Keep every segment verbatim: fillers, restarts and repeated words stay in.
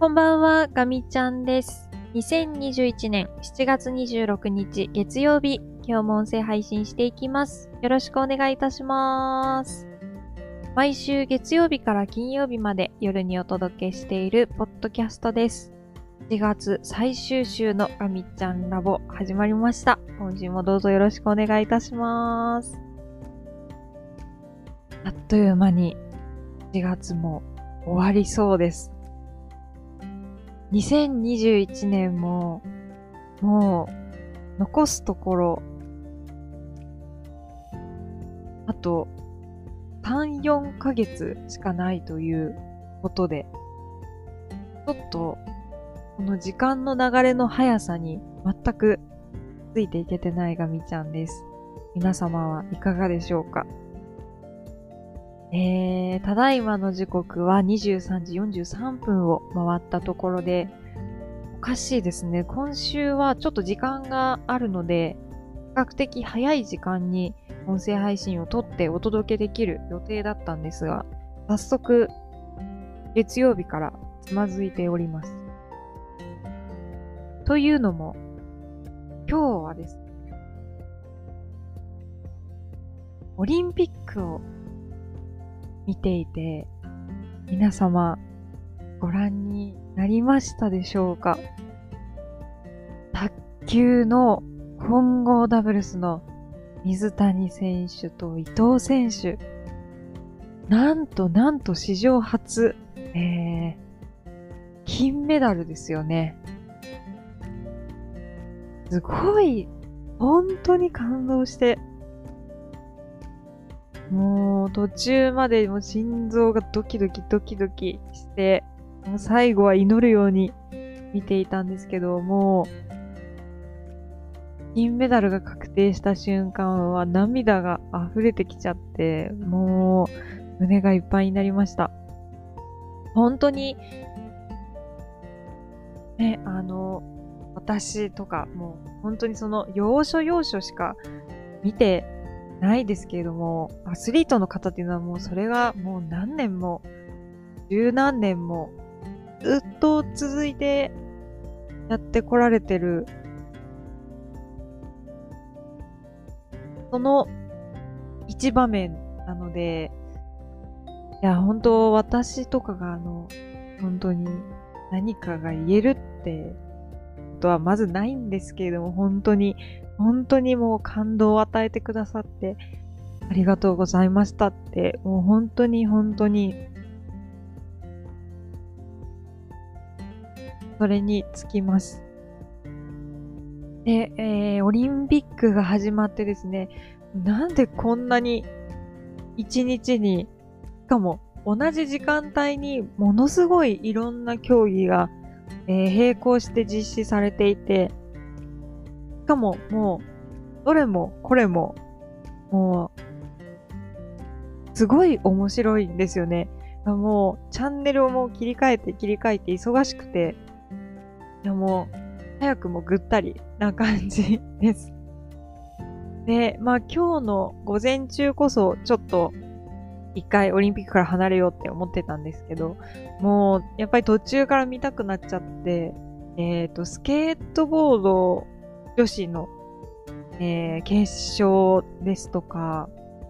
こんばんは、ガミちゃんです。にせんにじゅういちねんしちがつにじゅうろくにち月曜日、今日も音声配信していきます。よろしくお願いいたします。毎週月曜日から金曜日まで夜にお届けしているポッドキャストです。しちがつ最終週のガミちゃんラボ始まりました。今週もどうぞよろしくお願いいたします。あっという間にしちがつも終わりそうです。にせんにじゅういちねんももう残すところあとさん、よんかげつしかないということで、ちょっとこの時間の流れの速さに全くついていけてないガミちゃんです。皆様はいかがでしょうか？えー、ただいまの時刻はにじゅうさんじよんじゅうさんぷんを回ったところで、おかしいですね。今週はちょっと時間があるので、比較的早い時間に音声配信を撮ってお届けできる予定だったんですが、早速月曜日からつまずいております。というのも、今日はですね、オリンピックを見ていて、皆様ご覧になりましたでしょうか？卓球の混合ダブルスの水谷選手と伊藤選手。なんとなんと史上初、えー、金メダルですよね。すごい、本当に感動して、もう途中までもう心臓がドキドキドキドキして、もう最後は祈るように見ていたんですけど、もう金メダルが確定した瞬間は涙が溢れてきちゃって、もう胸がいっぱいになりました。本当に、ね、あの、私とかもう本当にその要所要所しか見てないですけれども、アスリートの方っていうのはもうそれがもう何年も、十何年もずっと続いてやってこられてる、その一場面なので、いや、本当私とかがあの、本当に何かが言えるってことはまずないんですけれども、本当に、本当にもう感動を与えてくださってありがとうございましたって、もう本当に本当にそれにつきます。で、えー、オリンピックが始まってですね、なんでこんなに一日に、しかも同じ時間帯にものすごいいろんな競技が、えー、並行して実施されていて、しかももう、どれもこれも、もう、すごい面白いんですよね。もう、チャンネルをもう切り替えて切り替えて忙しくて、いやもう、早くもぐったりな感じです。で、まあ今日の午前中こそちょっと一回オリンピックから離れようって思ってたんですけど、もうやっぱり途中から見たくなっちゃって、えっと、スケートボード女子の、えー、決勝ですとか、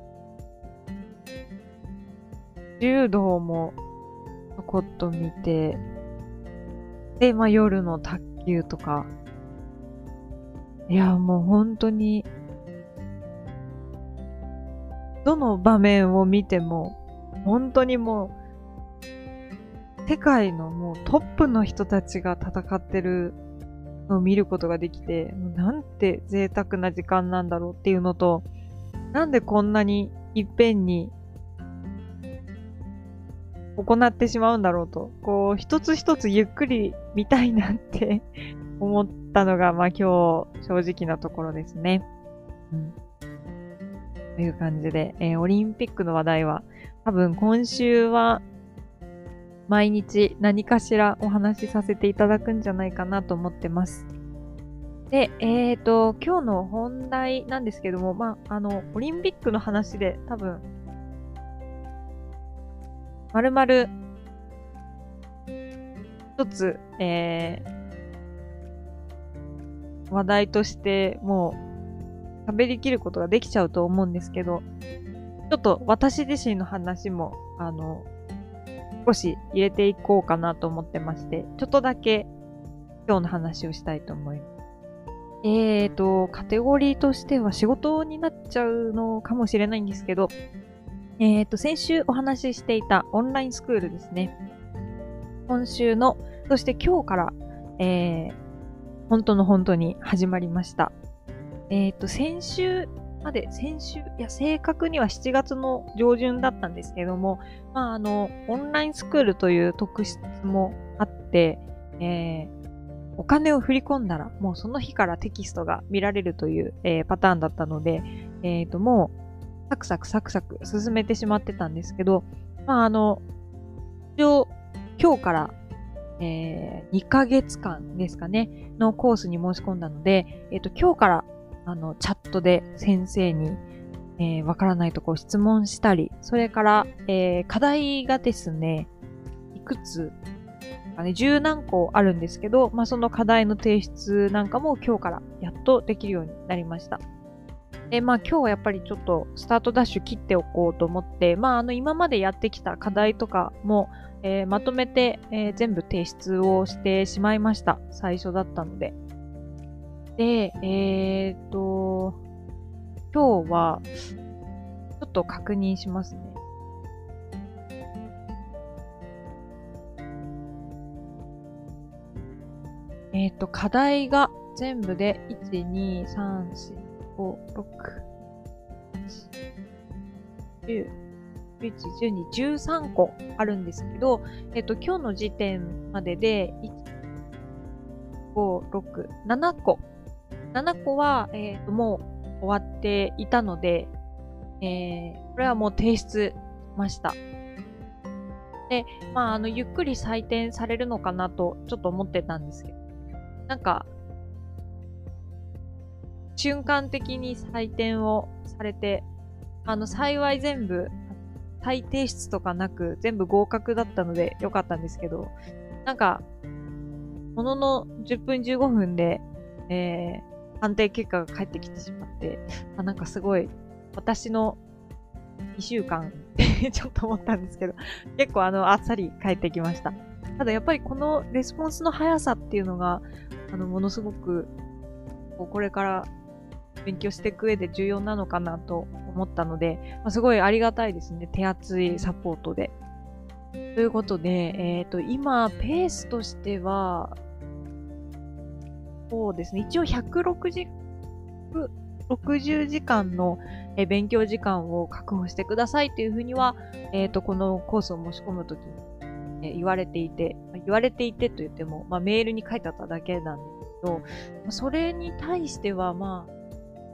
柔道もちょこっと見て、で、まあ夜の卓球とか、いや、もう本当に、どの場面を見ても、本当にもう、世界のもうトップの人たちが戦ってるのを見ることができて、もうなんて贅沢な時間なんだろうっていうのと、なんでこんなにいっぺんに行ってしまうんだろうと、こう、一つ一つゆっくり見たいなって思ったのが、まあ今日正直なところですね。うん。という感じで、えー、オリンピックの話題は、多分今週は、毎日何かしらお話しさせていただくんじゃないかなと思ってます。で、えっと、今日の本題なんですけども、まあ、あの、オリンピックの話で多分、まるまる一つ、えー、話題としてもう喋りきることができちゃうと思うんですけど、ちょっと私自身の話も、あの、少し入れていこうかなと思ってまして、ちょっとだけ今日の話をしたいと思います。えーと、カテゴリーとしては仕事になっちゃうのかもしれないんですけど、えーと、先週お話ししていたオンラインスクールですね。今週の、そして今日から、えー、本当の本当に始まりました。えーと、先週まで、先週、いや、正確にはしちがつの上旬だったんですけども、まあ、あの、オンラインスクールという特質もあって、えー、お金を振り込んだら、もうその日からテキストが見られるという、えー、パターンだったので、えーと、もう、サクサクサクサク進めてしまってたんですけど、まあ、あの、一応、今日から、えー、にかげつかんですかね、のコースに申し込んだので、えっと、今日から、あの、チャットで先生に、えー、わからないところ質問したり、それから、えー、課題がですね、いくつかね、十何個あるんですけど、まあ、その課題の提出なんかも今日からやっとできるようになりました。で、まあ今日はやっぱりちょっとスタートダッシュ切っておこうと思って、まああの今までやってきた課題とかも、えー、まとめて、えー、全部提出をしてしまいました。最初だったので。で、えーっと、今日はちょっと確認しますね。えーっと、課題が全部でいち、に、さん、よん、ご、ろく、はち、じゅう、じゅういち、じゅうに、じゅうさんこあるんですけど、えっと、今日の時点までで、いち、ご、ろく、ななこ。ななこは、えっと、もう終わっていたので、えー、これはもう提出しました。で、まあ、あの、ゆっくり採点されるのかなと、ちょっと思ってたんですけど、なんか、瞬間的に採点をされて、あの、幸い全部、再提出とかなく、全部合格だったのでよかったんですけど、なんか、もののじゅっぷんじゅうごふんで、えー、判定結果が返ってきてしまって、あ、なんかすごい、私のにしゅうかんってちょっと思ったんですけど、結構あの、あっさり返ってきました。ただやっぱりこのレスポンスの速さっていうのが、あの、ものすごく、これから勉強していく上で重要なのかなと思ったので、まあ、すごいありがたいですね。手厚いサポートで。ということで、えっと、今、ペースとしては、そうですね。一応ひゃくろくじゅうじかんの勉強時間を確保してくださいというふうには、えっと、このコースを申し込むときに言われていて、言われていてと言っても、まあ、メールに書いてあっただけなんですけど、それに対しては、まあ、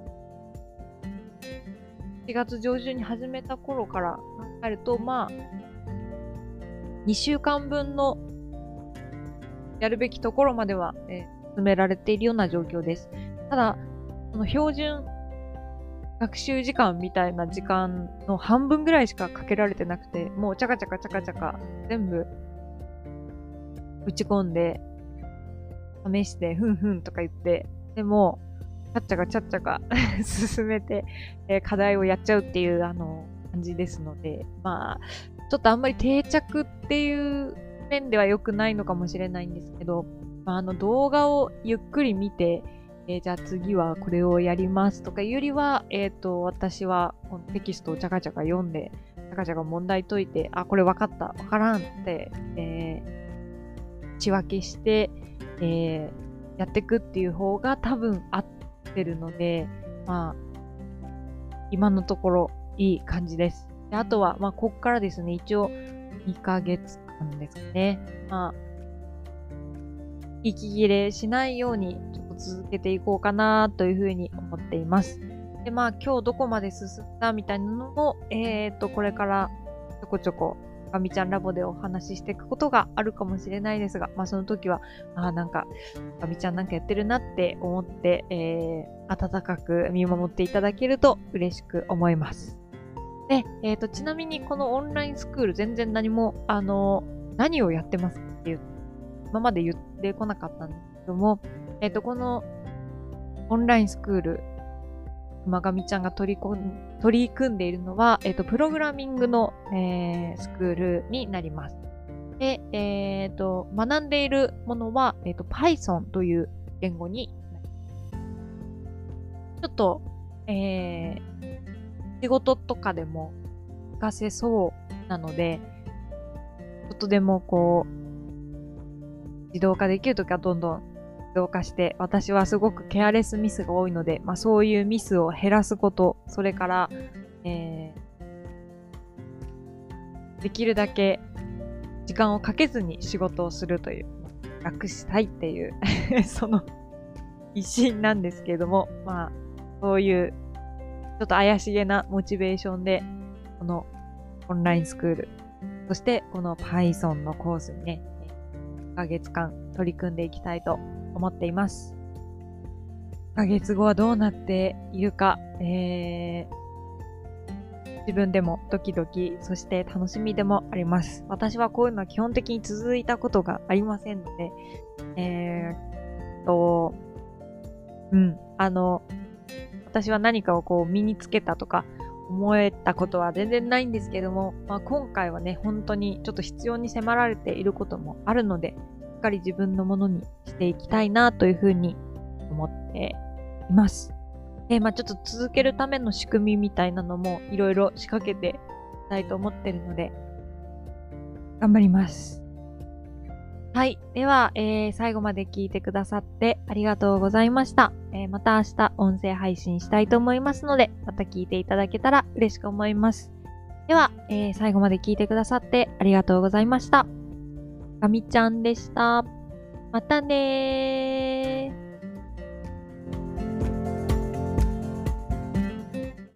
しがつ上旬に始めた頃から考えると、まあ、にしゅうかんぶんのやるべきところまでは、えー、進められているような状況です。ただ、その標準学習時間みたいな時間の半分ぐらいしかかけられてなくて、もうチャカチャカチャカチャカ全部打ち込んで、試して、ふんふんとか言って、でも、チャッチャカチャッチャカ進めて、えー、課題をやっちゃうっていう、あの、感じですので、まあ、ちょっとあんまり定着っていう面では良くないのかもしれないんですけど、まあ、あの動画をゆっくり見て、えー、じゃあ次はこれをやりますとかいうよりは、えっと、私はこのテキストをチャカチャカ読んで、チャカチャカ問題解いて、あ、これ分かった、分からんって、えー、仕分けして、えー、やっていくっていう方が多分合ってるので、まあ、今のところいい感じです。であとは、まあ、こっからですね、一応にかげつかんですね。まあ、息切れしないようにちょっと続けていこうかなというふうに思っています。で、まあ、今日どこまで進んだみたいなのも、えーと、これからちょこちょこ、ガミちゃんラボでお話ししていくことがあるかもしれないですが、まあその時は、ああ、なんか、ガミちゃんなんかやってるなって思って、えー、温かく見守っていただけると嬉しく思います。で、えっと、ちなみにこのオンラインスクール全然何も、あの、何をやってますかっていう今まで言ってこなかったんですけども、えっと、このオンラインスクール、熊上ちゃんが取りこん取り組んでいるのは、えっと、プログラミングの、えー、スクールになります。で、えっと、学んでいるものは、えっと、Python という言語になります。ちょっと、えー、仕事とかでも活かせそうなので、ちょっとでもこう、自動化できるときはどんどん自動化して、私はすごくケアレスミスが多いので、まあそういうミスを減らすこと、それから、えー、できるだけ時間をかけずに仕事をするという、楽したいっていうその一心なんですけれども、まあ、そういう、ちょっと怪しげなモチベーションで、このオンラインスクール、そしてこの Python のコースにね、いっかげつかん取り組んでいきたいと思っています。いっかげつごはどうなっているか、えー、自分でもドキドキ、そして楽しみでもあります。私はこういうのは基本的に続いたことがありませんので、えーと、うん、あの、私は何かをこう身につけたとか思えたことは全然ないんですけども、まあ、今回はね、本当にちょっと必要に迫られていることもあるので、しっかり自分のものにしていきたいなというふうに思っています。で、まあちょっと続けるための仕組みみたいなのもいろいろ仕掛けていきたいと思ってるので、頑張ります。はい。では、えー、最後まで聞いてくださってありがとうございました。えー、また明日音声配信したいと思いますので、また聞いていただけたら嬉しく思います。では、えー、最後まで聞いてくださってありがとうございました。かみちゃんでした。またねー。